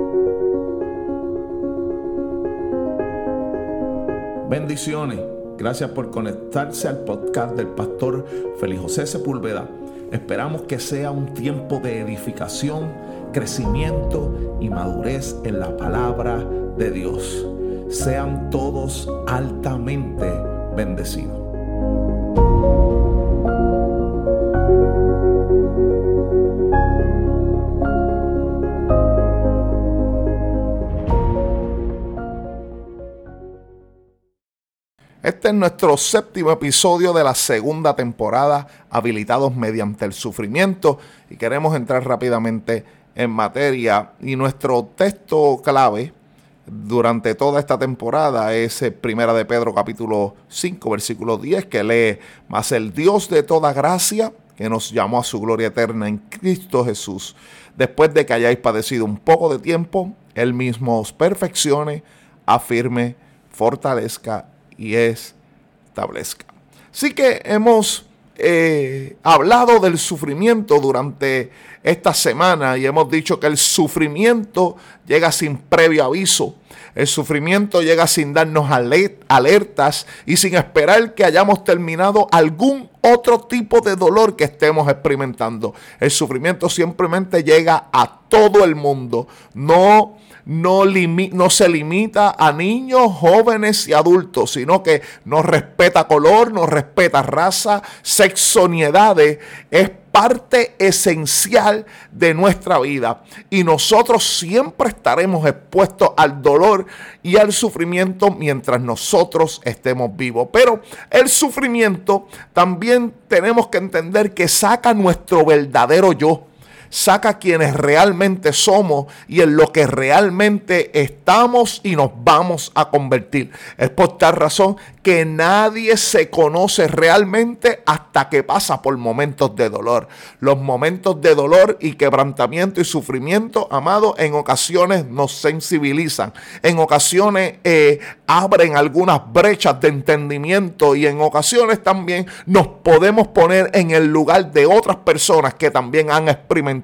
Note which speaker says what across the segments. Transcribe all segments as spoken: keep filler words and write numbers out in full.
Speaker 1: Bendiciones. Gracias por conectarse al podcast del pastor Félix José Sepúlveda. Esperamos que sea un tiempo de edificación, crecimiento y madurez en la palabra de Dios. Sean todos altamente bendecidos. Este es nuestro séptimo episodio de la segunda temporada, Habilitados mediante el sufrimiento, y queremos entrar rápidamente en materia. Y nuestro texto clave durante toda esta temporada es Primera de Pedro capítulo cinco, versículo diez, que lee: mas el Dios de toda gracia, que nos llamó a su gloria eterna en Cristo Jesús, después de que hayáis padecido un poco de tiempo, Él mismo os perfeccione, afirme, fortalezca y establezca. Así que hemos eh, hablado del sufrimiento durante esta semana y hemos dicho que el sufrimiento llega sin previo aviso. El sufrimiento llega sin darnos alertas y sin esperar que hayamos terminado algún otro tipo de dolor que estemos experimentando. El sufrimiento simplemente llega a todo el mundo. No No, limi- no se limita a niños, jóvenes y adultos, sino que no respeta color, no respeta raza, sexo ni edades. Es parte esencial de nuestra vida y nosotros siempre estaremos expuestos al dolor y al sufrimiento mientras nosotros estemos vivos. Pero el sufrimiento también tenemos que entender que saca nuestro verdadero yo. Saca quienes realmente somos y en lo que realmente estamos y nos vamos a convertir. Es por tal razón que nadie se conoce realmente hasta que pasa por momentos de dolor. Los momentos de dolor y quebrantamiento y sufrimiento, amado, en ocasiones nos sensibilizan. En ocasiones eh, abren algunas brechas de entendimiento y en ocasiones también nos podemos poner en el lugar de otras personas que también han experimentado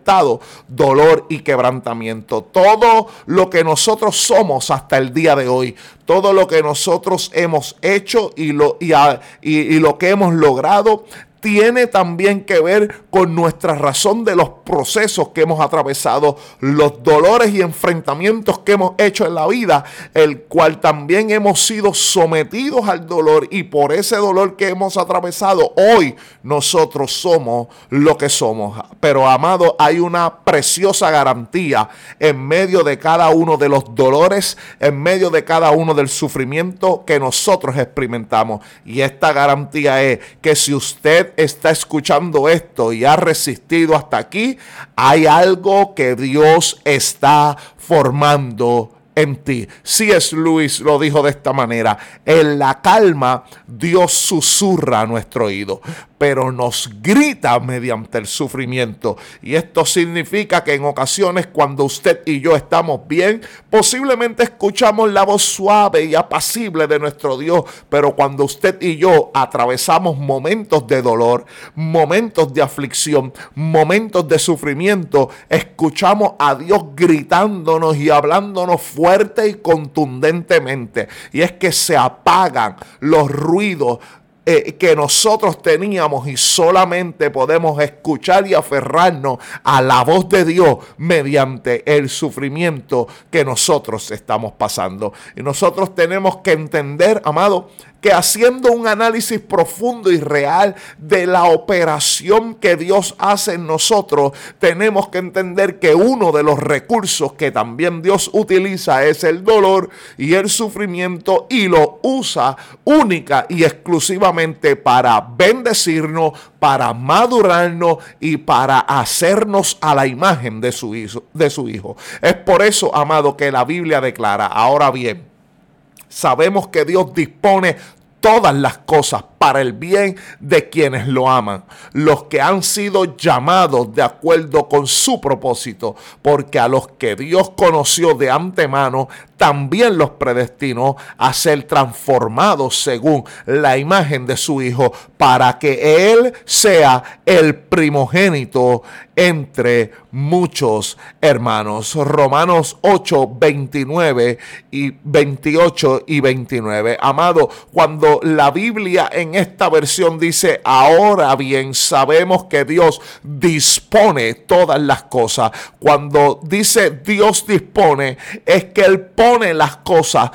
Speaker 1: dolor y quebrantamiento. Todo lo que nosotros somos hasta el día de hoy, todo lo que nosotros hemos hecho y lo, y, a, y, y lo que hemos logrado, tiene también que ver con nuestra razón de los procesos que hemos atravesado, los dolores y enfrentamientos que hemos hecho en la vida, el cual también hemos sido sometidos al dolor, y por ese dolor que hemos atravesado, hoy nosotros somos lo que somos. Pero, amado, hay una preciosa garantía en medio de cada uno de los dolores, en medio de cada uno del sufrimiento que nosotros experimentamos, y esta garantía es que si usted está escuchando esto y ha resistido hasta aquí, hay algo que Dios está formando en ti. C S Lewis lo dijo de esta manera: en la calma Dios susurra a nuestro oído, pero nos grita mediante el sufrimiento. Y esto significa que en ocasiones, cuando usted y yo estamos bien, posiblemente escuchamos la voz suave y apacible de nuestro Dios, pero cuando usted y yo atravesamos momentos de dolor, momentos de aflicción, momentos de sufrimiento, escuchamos a Dios gritándonos y hablándonos fuerte y contundentemente. Y es que se apagan los ruidos Eh, que nosotros teníamos y solamente podemos escuchar y aferrarnos a la voz de Dios mediante el sufrimiento que nosotros estamos pasando. Y nosotros tenemos que entender, amado, que haciendo un análisis profundo y real de la operación que Dios hace en nosotros, tenemos que entender que uno de los recursos que también Dios utiliza es el dolor y el sufrimiento, y lo usa única y exclusivamente para bendecirnos, para madurarnos y para hacernos a la imagen de su hijo, de su hijo. Es por eso, amado, que la Biblia declara: ahora bien, sabemos que Dios dispone todas las cosas para el bien de quienes lo aman, los que han sido llamados de acuerdo con su propósito, porque a los que Dios conoció de antemano, también los predestinó a ser transformados según la imagen de su Hijo, para que Él sea el primogénito entre muchos hermanos. Romanos ocho, veintinueve y veintiocho y veintinueve. Amado, cuando la Biblia en esta versión dice, ahora bien, sabemos que Dios dispone todas las cosas. Cuando dice Dios dispone, es que Él pone las cosas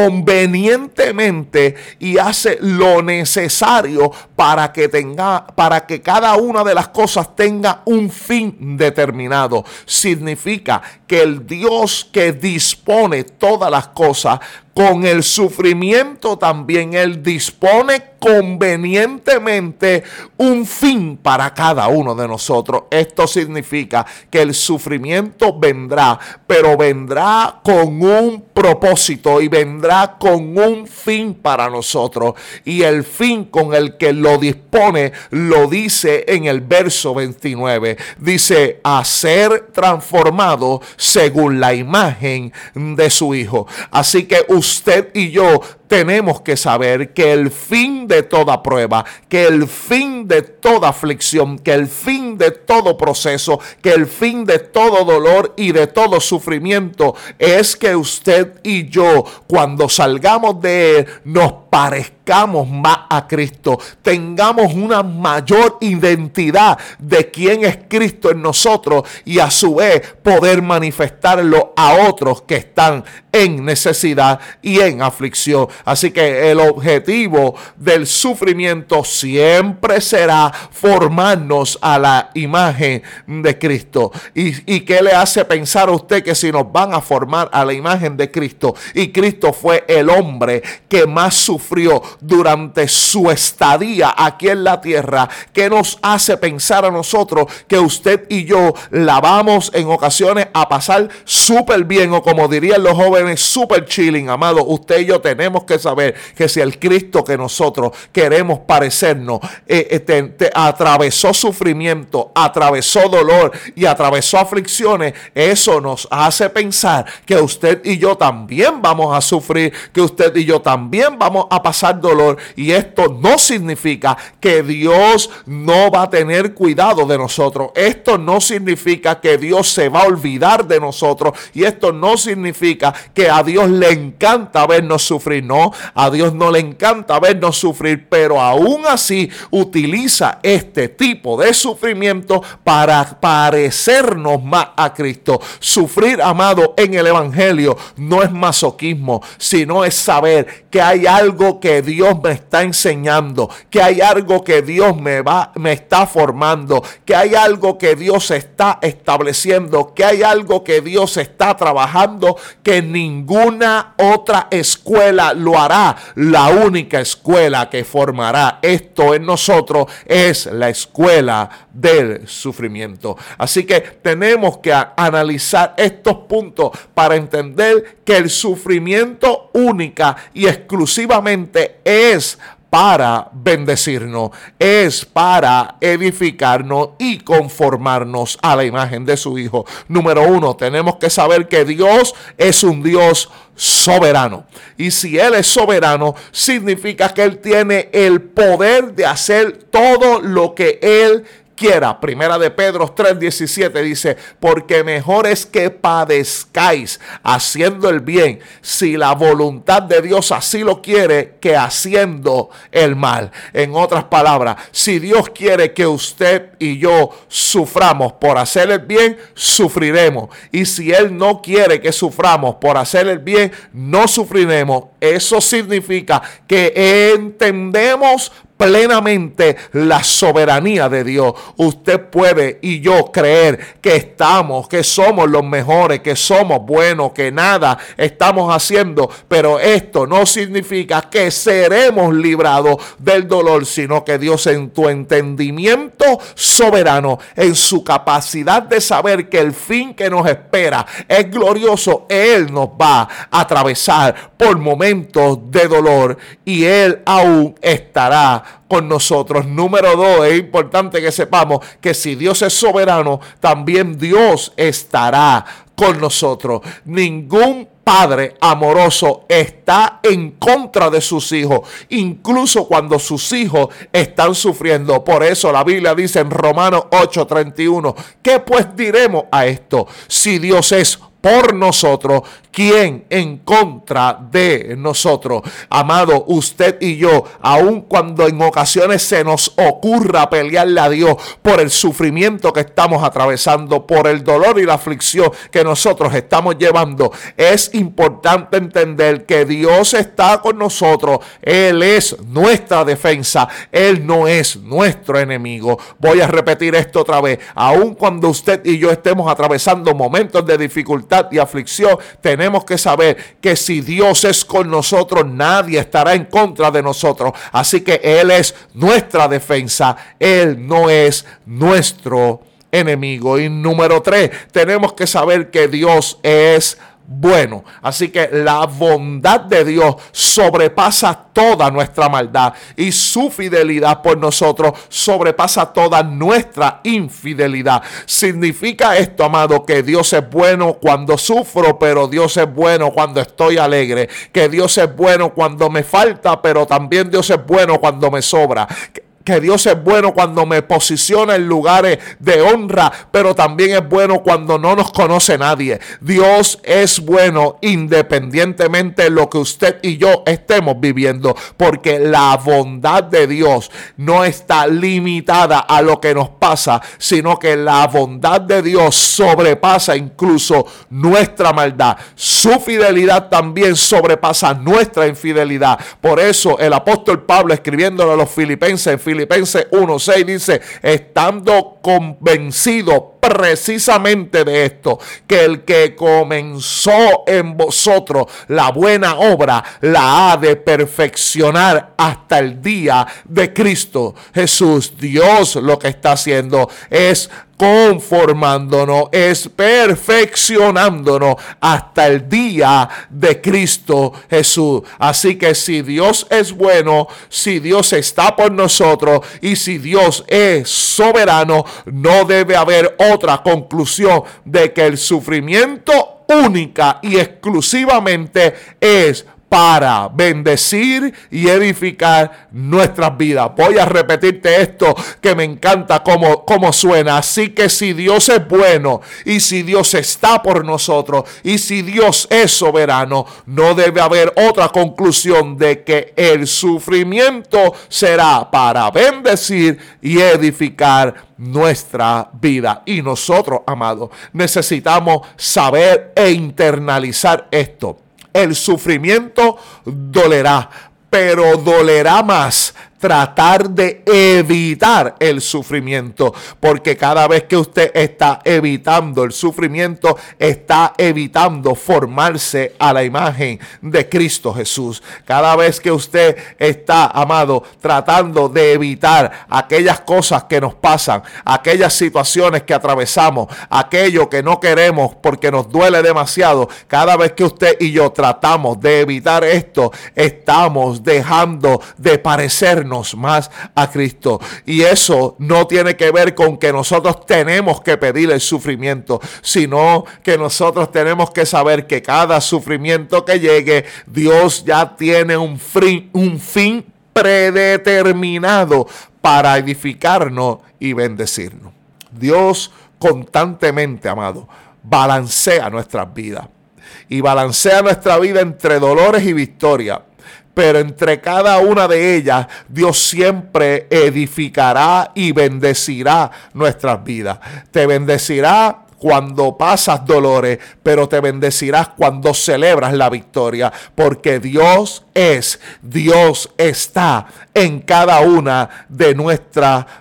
Speaker 1: convenientemente y hace lo necesario para que tenga, para que cada una de las cosas tenga un fin determinado. Significa que el Dios que dispone todas las cosas, con el sufrimiento también Él dispone convenientemente un fin para cada uno de nosotros. Esto significa que el sufrimiento vendrá, pero vendrá con un propósito y vendrá con un fin para nosotros. Y el fin con el que lo dispone lo dice en el verso veintinueve. Dice, a ser transformado según la imagen de su Hijo. Así que usted y yo tenemos que saber que el fin de toda prueba, que el fin de toda aflicción, que el fin de todo proceso, que el fin de todo dolor y de todo sufrimiento es que usted y yo, cuando salgamos de él, nos parezcamos más a Cristo, tengamos una mayor identidad de quién es Cristo en nosotros y a su vez poder manifestarlo a otros que están en necesidad y en aflicción. Así que el objetivo del sufrimiento siempre será formarnos a la imagen de Cristo. ¿Y, y qué le hace pensar a usted que si nos van a formar a la imagen de Cristo, y Cristo fue el hombre que más sufrió durante su estadía aquí en la tierra, qué nos hace pensar a nosotros que usted y yo la vamos en ocasiones a pasar súper bien, o como dirían los jóvenes, súper chilling? Amado, usted y yo tenemos que saber que si el Cristo que nosotros queremos parecernos eh, eh, te, te atravesó sufrimiento, atravesó dolor y atravesó aflicciones, eso nos hace pensar que usted y yo también vamos a sufrir, que usted y yo también vamos a pasar dolor. Y esto no significa que Dios no va a tener cuidado de nosotros. Esto no significa que Dios se va a olvidar de nosotros. Y esto no significa que a Dios le encanta vernos sufrir. No, a Dios no le encanta vernos sufrir, pero aún así utiliza este tipo de sufrimiento para parecernos más a Cristo. Sufrir, amado, en el evangelio no es masoquismo, sino es saber que hay algo que Dios me está enseñando, que hay algo que Dios me va, me está formando, que hay algo que Dios está estableciendo, que hay algo que Dios está trabajando, que ninguna otra escuela lo hará. La única escuela que formará esto en nosotros es la escuela del sufrimiento. Así que tenemos que analizar estos puntos para entender que el sufrimiento única y exclusivamente es para bendecirnos, es para edificarnos y conformarnos a la imagen de su Hijo. Número uno, tenemos que saber que Dios es un Dios soberano. Y si Él es soberano, significa que Él tiene el poder de hacer todo lo que Él quiera. Primera de Pedro tres diecisiete dice, porque mejor es que padezcáis haciendo el bien, si la voluntad de Dios así lo quiere, que haciendo el mal. En otras palabras, si Dios quiere que usted y yo suframos por hacer el bien, sufriremos. Y si Él no quiere que suframos por hacer el bien, no sufriremos. Eso significa que entendemos plenamente la soberanía de Dios. Usted puede y yo creer que estamos, que somos los mejores, que somos buenos, que nada estamos haciendo, pero esto no significa que seremos librados del dolor, sino que Dios, en tu entendimiento soberano, en su capacidad de saber que el fin que nos espera es glorioso, Él nos va a atravesar por momentos de dolor y Él aún estará con nosotros. Número dos, es importante que sepamos que si Dios es soberano, también Dios estará con nosotros. Ningún padre amoroso está en contra de sus hijos, incluso cuando sus hijos están sufriendo. Por eso la Biblia dice en Romanos ocho treinta y uno, ¿qué pues diremos a esto? Si Dios es por nosotros, ¿quién en contra de nosotros? Amado, usted y yo, aun cuando en ocasiones se nos ocurra pelearle a Dios por el sufrimiento que estamos atravesando, por el dolor y la aflicción que nosotros estamos llevando, es importante entender que Dios está con nosotros. Él es nuestra defensa, Él no es nuestro enemigo. Voy a repetir esto otra vez. Aun cuando usted y yo estemos atravesando momentos de dificultad y aflicción, tenemos que saber que si Dios es con nosotros, nadie estará en contra de nosotros. Así que Él es nuestra defensa, Él no es nuestro enemigo. Y número tres, tenemos que saber que Dios es bueno. Así que la bondad de Dios sobrepasa toda nuestra maldad y su fidelidad por nosotros sobrepasa toda nuestra infidelidad. Significa esto, amado, que Dios es bueno cuando sufro, pero Dios es bueno cuando estoy alegre. Que Dios es bueno cuando me falta, pero también Dios es bueno cuando me sobra. Que Dios es bueno cuando me posiciona en lugares de honra, pero también es bueno cuando no nos conoce nadie. Dios es bueno independientemente de lo que usted y yo estemos viviendo, porque la bondad de Dios no está limitada a lo que nos pasa, sino que la bondad de Dios sobrepasa incluso nuestra maldad. Su fidelidad también sobrepasa nuestra infidelidad. Por eso el apóstol Pablo, escribiéndole a los filipenses en Filipenses uno seis, dice, estando convencido precisamente de esto, que el que comenzó en vosotros la buena obra la ha de perfeccionar hasta el día de Cristo Jesús. Dios lo que está haciendo es conformándonos, es perfeccionándonos hasta el día de Cristo Jesús. Así que si Dios es bueno, si Dios está por nosotros y si Dios es soberano, no debe haber otra conclusión de que el sufrimiento única y exclusivamente es para bendecir y edificar nuestras vidas. Voy a repetirte esto que me encanta cómo, cómo suena. Así que si Dios es bueno y si Dios está por nosotros y si Dios es soberano, no debe haber otra conclusión de que el sufrimiento será para bendecir y edificar nuestra vida. Y nosotros, amados, necesitamos saber e internalizar esto. El sufrimiento dolerá, pero dolerá más tratar de evitar el sufrimiento, porque cada vez que usted está evitando el sufrimiento, está evitando formarse a la imagen de Cristo Jesús. Cada vez que usted está, amado, tratando de evitar aquellas cosas que nos pasan, aquellas situaciones que atravesamos, aquello que no queremos porque nos duele demasiado, cada vez que usted y yo tratamos de evitar esto, estamos dejando de parecernos más a Cristo. Y eso no tiene que ver con que nosotros tenemos que pedir el sufrimiento, sino que nosotros tenemos que saber que cada sufrimiento que llegue, Dios ya tiene un fin, un fin predeterminado para edificarnos y bendecirnos. Dios constantemente, amado, balancea nuestras vidas y balancea nuestra vida entre dolores y victorias. Pero entre cada una de ellas, Dios siempre edificará y bendecirá nuestras vidas. Te bendecirá cuando pasas dolores, pero te bendecirás cuando celebras la victoria, porque Dios es, Dios está en cada una de nuestras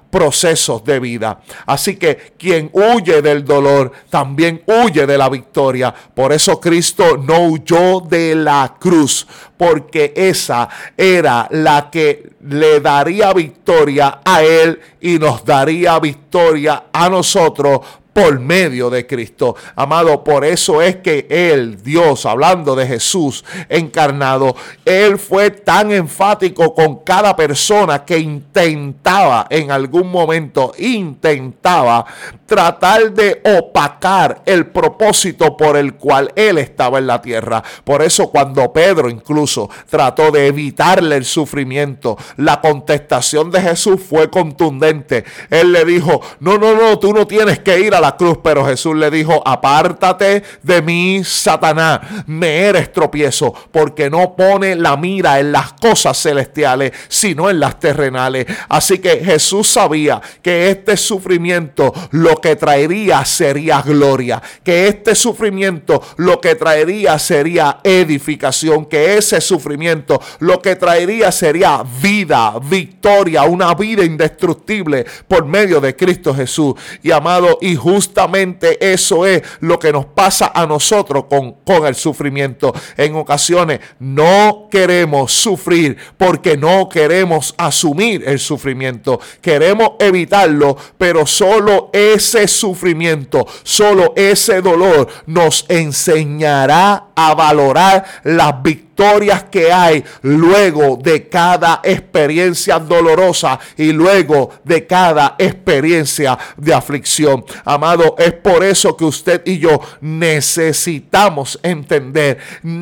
Speaker 1: procesos de vida. Así que quien huye del dolor también huye de la victoria. Por eso Cristo no huyó de la cruz, porque esa era la que le daría victoria a él y nos daría victoria a nosotros por medio de Cristo. Amado, por eso es que Él, Dios, hablando de Jesús encarnado, Él fue tan enfático con cada persona que intentaba en algún momento, intentaba tratar de opacar el propósito por el cual Él estaba en la tierra. Por eso cuando Pedro incluso trató de evitarle el sufrimiento, la contestación de Jesús fue contundente. Él le dijo, no, no, no, tú no tienes que ir a la cruz, pero Jesús le dijo, apártate de mí, Satanás, me eres tropiezo, porque no pone la mira en las cosas celestiales, sino en las terrenales. Así que Jesús sabía que este sufrimiento lo que traería sería gloria, que este sufrimiento lo que traería sería edificación, que ese sufrimiento lo que traería sería vida, victoria, una vida indestructible por medio de Cristo Jesús. Y amado, y justamente eso es lo que nos pasa a nosotros con, con el sufrimiento. En ocasiones no queremos sufrir porque no queremos asumir el sufrimiento. Queremos evitarlo, pero solo ese sufrimiento, solo ese dolor nos enseñará a valorar las victorias que hay luego de cada experiencia dolorosa y luego de cada experiencia de aflicción. Amado, es por eso que usted y yo necesitamos entender,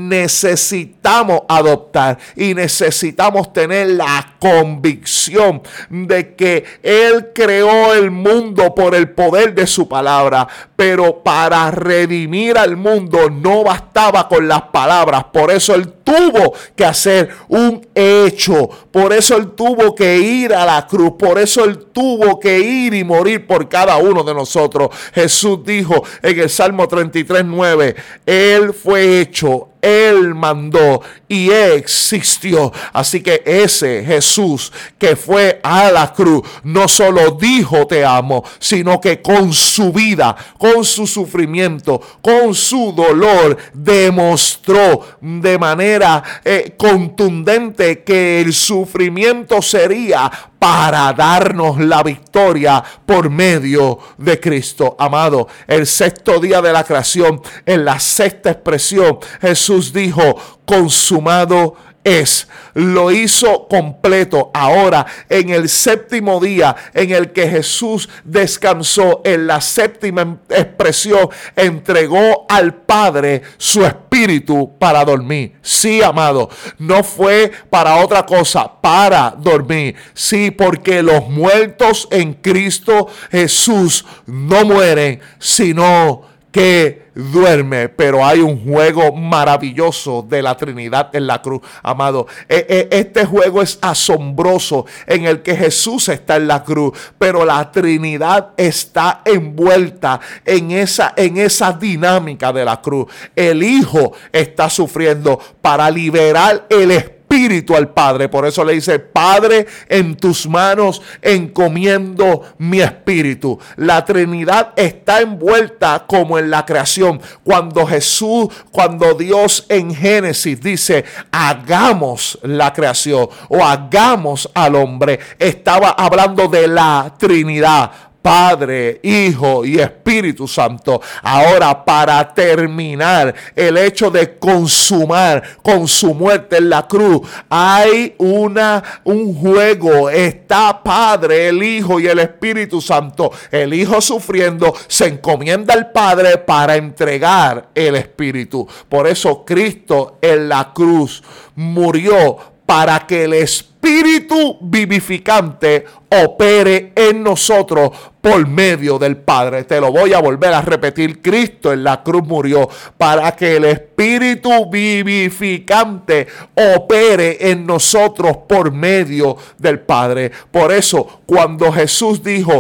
Speaker 1: necesitamos adoptar y necesitamos tener la convicción de que Él creó el mundo por el poder de su palabra, pero para redimir al mundo no bastaba con las palabras. Por eso Él tuvo que hacer un hecho, por eso Él tuvo que ir a la cruz, por eso Él tuvo que ir y morir por cada uno de nosotros. Jesús dijo en el Salmo treinta y tres, nueve, Él fue hecho, Él mandó y existió. Así que ese Jesús que fue a la cruz no solo dijo te amo, sino que con su vida, con su sufrimiento, con su dolor, demostró de manera eh, contundente que el sufrimiento sería para darnos la victoria por medio de Cristo. Amado, el sexto día de la creación, en la sexta expresión, Jesús dijo, consumado es. Lo hizo completo. Ahora, en el séptimo día en el que Jesús descansó, en la séptima expresión, entregó al Padre su espíritu para dormir. Sí, amado, no fue para otra cosa, para dormir. Sí, porque los muertos en Cristo Jesús no mueren, sino que duerme. Pero hay un juego maravilloso de la Trinidad en la cruz, amado. Este juego es asombroso, en el que Jesús está en la cruz, pero la Trinidad está envuelta en esa, en esa dinámica de la cruz. El Hijo está sufriendo para liberar el espíritu Espíritu al Padre. Por eso le dice, Padre, en tus manos encomiendo mi espíritu. La Trinidad está envuelta como en la creación. Cuando Jesús, cuando Dios en Génesis dice, hagamos la creación o hagamos al hombre, estaba hablando de la Trinidad. Padre, Hijo y Espíritu Santo. Ahora, para terminar el hecho de consumar con su muerte en la cruz, hay una, un juego. Está Padre, el Hijo y el Espíritu Santo. El Hijo sufriendo se encomienda al Padre para entregar el Espíritu. Por eso Cristo en la cruz murió para que el Espíritu vivificante opere en nosotros por medio del Padre. Te lo voy a volver a repetir. Cristo en la cruz murió para que el Espíritu vivificante opere en nosotros por medio del Padre. Por eso, cuando Jesús dijo,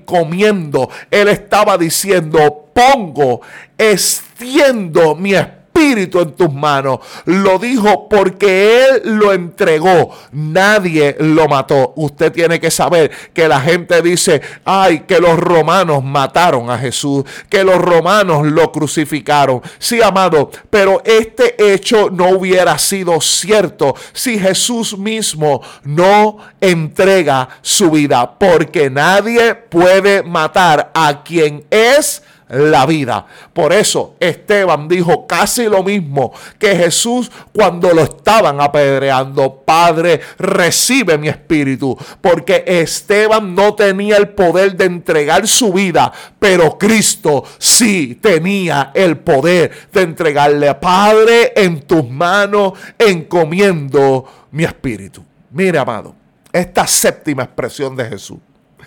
Speaker 1: encomiendo, Él estaba diciendo, pongo, extiendo mi espíritu espíritu en tus manos. Lo dijo porque Él lo entregó. Nadie lo mató. Usted tiene que saber que la gente dice, ay, que los romanos mataron a Jesús, que los romanos lo crucificaron. Sí, amado, pero este hecho no hubiera sido cierto si Jesús mismo no entrega su vida, porque nadie puede matar a quien es la vida. Por eso Esteban dijo casi lo mismo que Jesús cuando lo estaban apedreando: Padre, recibe mi espíritu. Porque Esteban no tenía el poder de entregar su vida, pero Cristo sí tenía el poder de entregarle. Padre, en tus manos encomiendo mi espíritu. Mire, amado, esta séptima expresión de Jesús,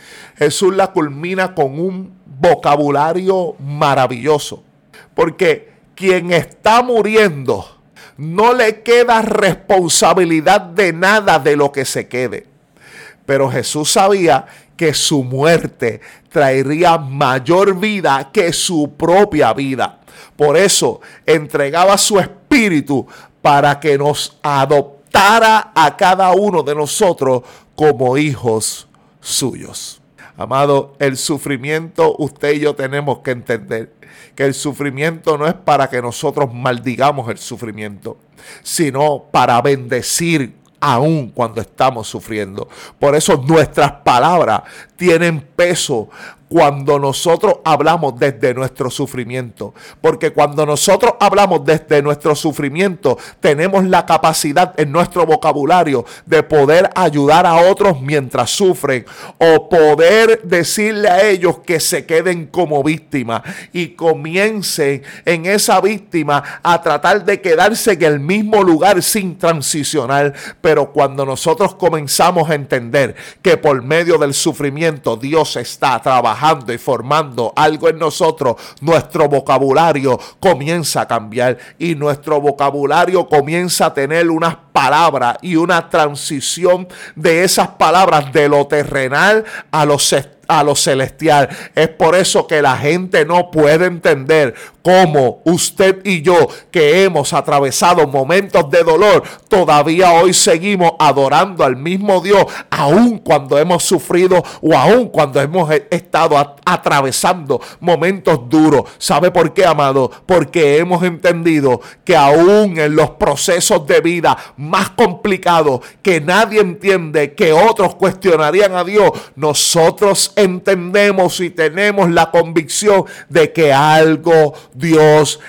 Speaker 1: Jesús la culmina con un vocabulario maravilloso, porque quien está muriendo no le queda responsabilidad de nada de lo que se quede, pero Jesús sabía que su muerte traería mayor vida que su propia vida. Por eso entregaba su espíritu para que nos adoptara a cada uno de nosotros como hijos suyos. Amado, el sufrimiento, usted y yo tenemos que entender que el sufrimiento no es para que nosotros maldigamos el sufrimiento, sino para bendecir aún cuando estamos sufriendo. Por eso nuestras palabras tienen peso cuando nosotros hablamos desde nuestro sufrimiento, porque cuando nosotros hablamos desde nuestro sufrimiento, tenemos la capacidad en nuestro vocabulario de poder ayudar a otros mientras sufren, o poder decirle a ellos que se queden como víctimas y comiencen en esa víctima a tratar de quedarse en el mismo lugar sin transicionar. Pero cuando nosotros comenzamos a entender que por medio del sufrimiento Dios está trabajando y formando algo en nosotros, nuestro vocabulario comienza a cambiar y nuestro vocabulario comienza a tener unas palabras y una transición de esas palabras de lo terrenal a lo a lo celestial. Es por eso que la gente no puede entender cómo usted y yo, que hemos atravesado momentos de dolor, todavía hoy seguimos adorando al mismo Dios, aun cuando hemos sufrido o aun cuando hemos estado a, atravesando momentos duros. ¿Sabe por qué, amado? Porque hemos entendido que aún en los procesos de vida más complicados, que nadie entiende, que otros cuestionarían a Dios, nosotros entendemos y tenemos la convicción de que algo Dios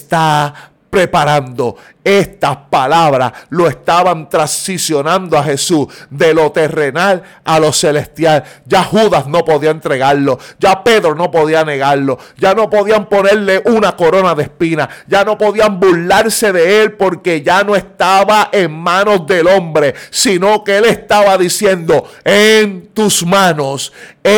Speaker 1: está preparando. Estas palabras lo estaban transicionando a Jesús de lo terrenal a lo celestial. Ya Judas no podía entregarlo, ya Pedro no podía negarlo, ya no podían ponerle una corona de espinas, ya no podían burlarse de él, porque ya no estaba en manos del hombre, sino que él estaba diciendo: en tus manos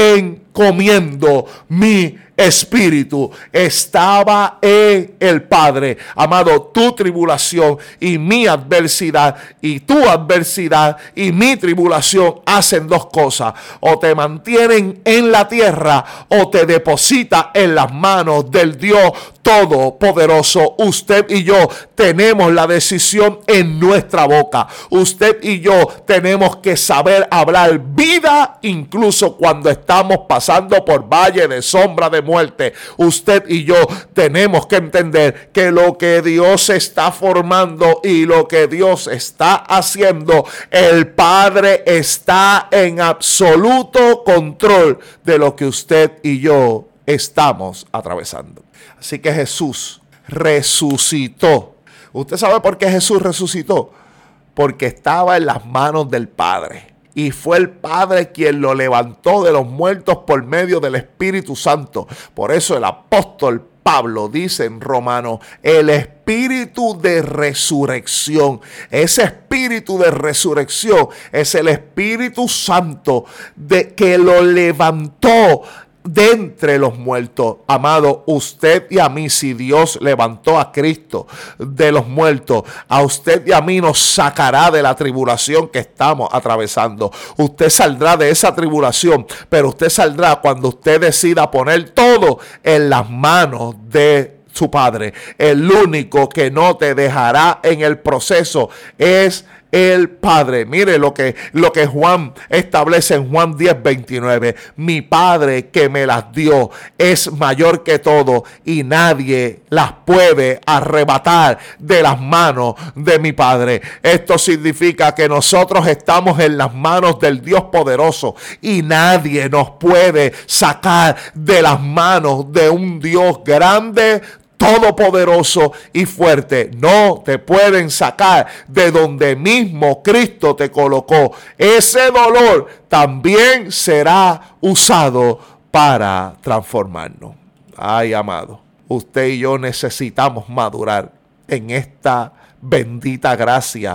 Speaker 1: encomiendo mi espíritu. Estaba en el Padre. Amado, tu tribulación y mi adversidad y tu adversidad y mi tribulación hacen dos cosas: o te mantienen en la tierra o te deposita en las manos del Dios Todopoderoso. Usted y yo tenemos la decisión en nuestra boca. Usted y yo tenemos que saber hablar vida incluso cuando estamos pasando por valle de sombra de muerte. Usted y yo tenemos que entender que lo que Dios está formando y lo que Dios está haciendo, el Padre está en absoluto control de lo que usted y yo estamos atravesando. Así que Jesús resucitó. ¿Usted sabe por qué Jesús resucitó? Porque estaba en las manos del Padre. Y fue el Padre quien lo levantó de los muertos por medio del Espíritu Santo. Por eso el apóstol Pablo dice en Romanos: el espíritu de resurrección. Ese espíritu de resurrección es el Espíritu Santo de que lo levantó de entre los muertos. Amado, usted y a mí, si Dios levantó a Cristo de los muertos, a usted y a mí nos sacará de la tribulación que estamos atravesando. Usted saldrá de esa tribulación, pero usted saldrá cuando usted decida poner todo en las manos de su padre. El único que no te dejará en el proceso es el Padre. Mire lo que, lo que Juan establece en Juan diez veintinueve. Mi Padre que me las dio es mayor que todo y nadie las puede arrebatar de las manos de mi Padre. Esto significa que nosotros estamos en las manos del Dios poderoso y nadie nos puede sacar de las manos de un Dios grande, todopoderoso y fuerte. No te pueden sacar de donde mismo Cristo te colocó. Ese dolor también será usado para transformarnos. Ay, amado, usted y yo necesitamos madurar en esta bendita gracia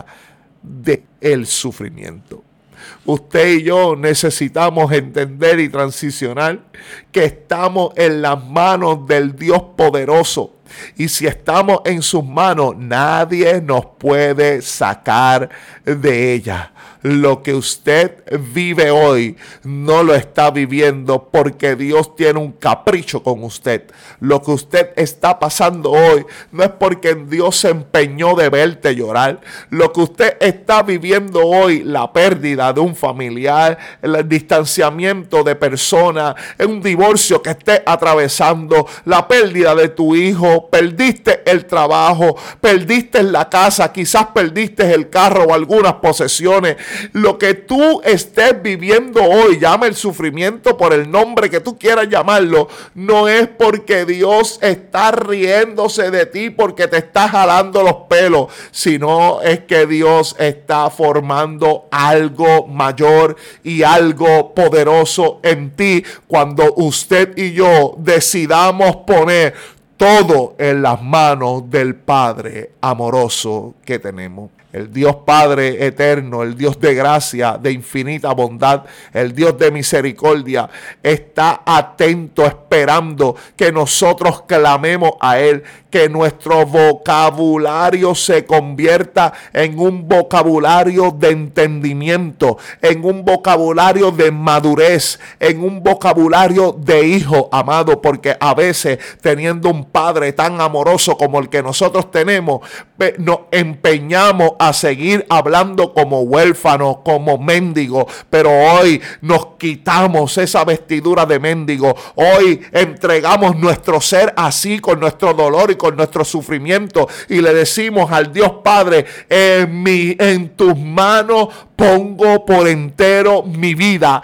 Speaker 1: del sufrimiento. Usted y yo necesitamos entender y transicionar que estamos en las manos del Dios poderoso. Y si estamos en sus manos, nadie nos puede sacar de ella. Lo que usted vive hoy no lo está viviendo porque Dios tiene un capricho con usted. Lo que usted está pasando hoy no es porque Dios se empeñó de verte llorar. Lo que usted está viviendo hoy, la pérdida de un familiar, el distanciamiento de personas, un divorcio que esté atravesando, la pérdida de tu hijo, perdiste el trabajo, perdiste la casa, quizás perdiste el carro o algunas posesiones. Lo que tú estés viviendo hoy, llama el sufrimiento por el nombre que tú quieras llamarlo, no es porque Dios está riéndose de ti, porque te está jalando los pelos, sino es que Dios está formando algo mayor y algo poderoso en ti cuando usted y yo decidamos poner todo en las manos del Padre amoroso que tenemos. El Dios Padre eterno, el Dios de gracia, de infinita bondad, el Dios de misericordia, está atento, esperando que nosotros clamemos a Él, que nuestro vocabulario se convierta en un vocabulario de entendimiento, en un vocabulario de madurez, en un vocabulario de hijo amado, porque a veces teniendo un Padre tan amoroso como el que nosotros tenemos, nos empeñamos a seguir hablando como huérfanos, como mendigos, pero hoy nos quitamos esa vestidura de mendigo. Hoy entregamos nuestro ser así, con nuestro dolor y con nuestro sufrimiento, y le decimos al Dios Padre: en, mi, en tus manos pongo por entero mi vida.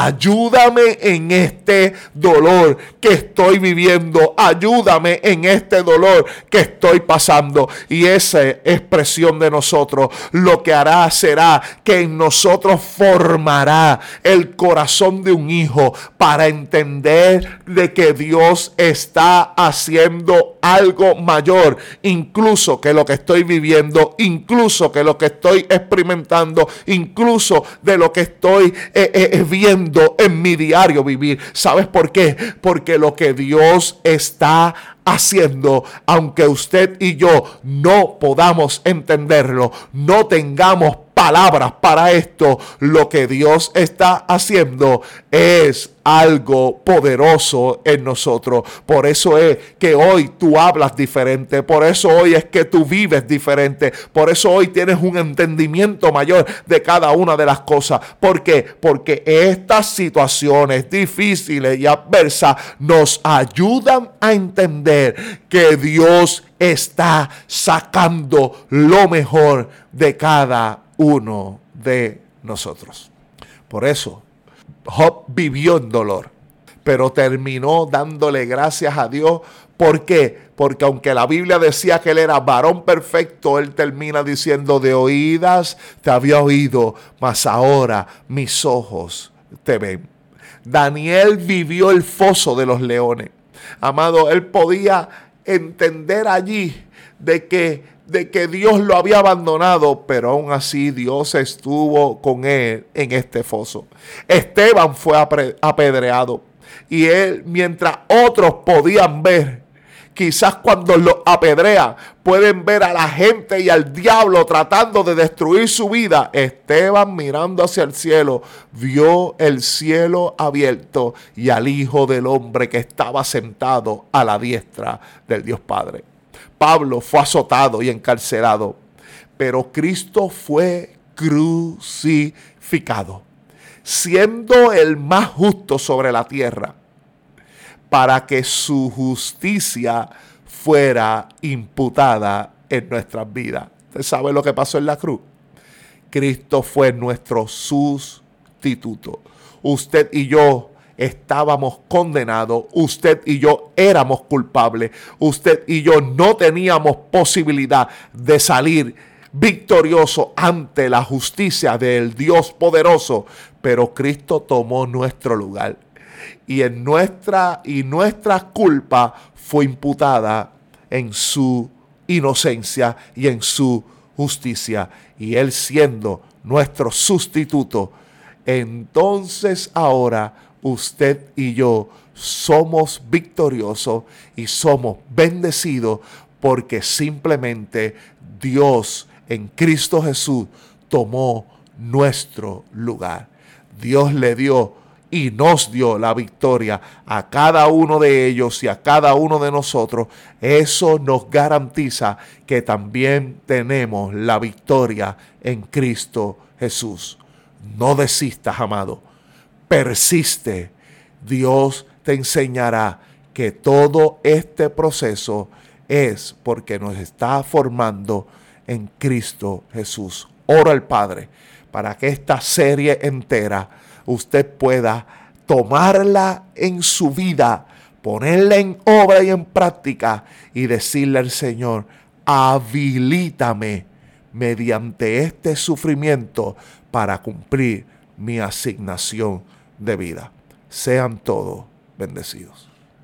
Speaker 1: Ayúdame en este dolor que estoy viviendo. Ayúdame en este dolor que estoy pasando. Y esa expresión de nosotros lo que hará será que en nosotros formará el corazón de un hijo para entender de que Dios está haciendo algo mayor, incluso que lo que estoy viviendo, incluso que lo que estoy experimentando, incluso de lo que estoy eh, eh, viendo en mi diario vivir. ¿Sabes por qué? Porque lo que Dios está haciendo, aunque usted y yo no podamos entenderlo, no tengamos palabras para esto, lo que Dios está haciendo es algo poderoso en nosotros. Por eso es que hoy tú hablas diferente, por eso hoy es que tú vives diferente, por eso hoy tienes un entendimiento mayor de cada una de las cosas. ¿Por qué? Porque estas situaciones difíciles y adversas nos ayudan a entender que Dios está sacando lo mejor de cada uno de nosotros. Por eso Job vivió en dolor, pero terminó dándole gracias a Dios. ¿Por qué? Porque aunque la Biblia decía que él era varón perfecto, él termina diciendo: de oídas te había oído, mas ahora mis ojos te ven. Daniel vivió el foso de los leones. Amado, él podía entender allí de que de que Dios lo había abandonado, pero aún así Dios estuvo con él en este foso. Esteban fue apedreado, y él, mientras otros podían ver Quizás cuando los apedrean, pueden ver a la gente y al diablo tratando de destruir su vida. Esteban, mirando hacia el cielo, vio el cielo abierto y al Hijo del Hombre que estaba sentado a la diestra del Dios Padre. Pablo fue azotado y encarcelado, pero Cristo fue crucificado, siendo el más justo sobre la tierra, para que su justicia fuera imputada en nuestras vidas. ¿Usted sabe lo que pasó en la cruz? Cristo fue nuestro sustituto. Usted y yo estábamos condenados, usted y yo éramos culpables, usted y yo no teníamos posibilidad de salir victorioso ante la justicia del Dios poderoso, pero Cristo tomó nuestro lugar y en nuestra y nuestra culpa fue imputada en su inocencia y en su justicia, y él siendo nuestro sustituto, entonces ahora usted y yo somos victoriosos y somos bendecidos porque simplemente Dios en Cristo Jesús tomó nuestro lugar. Dios le dio y nos dio la victoria a cada uno de ellos y a cada uno de nosotros. Eso nos garantiza que también tenemos la victoria en Cristo Jesús. No desistas, amado. Persiste. Dios te enseñará que todo este proceso es porque nos está formando en Cristo Jesús. Oro al Padre para que esta serie entera usted pueda tomarla en su vida, ponerla en obra y en práctica y decirle al Señor: habilítame mediante este sufrimiento para cumplir mi asignación de vida. Sean todos bendecidos.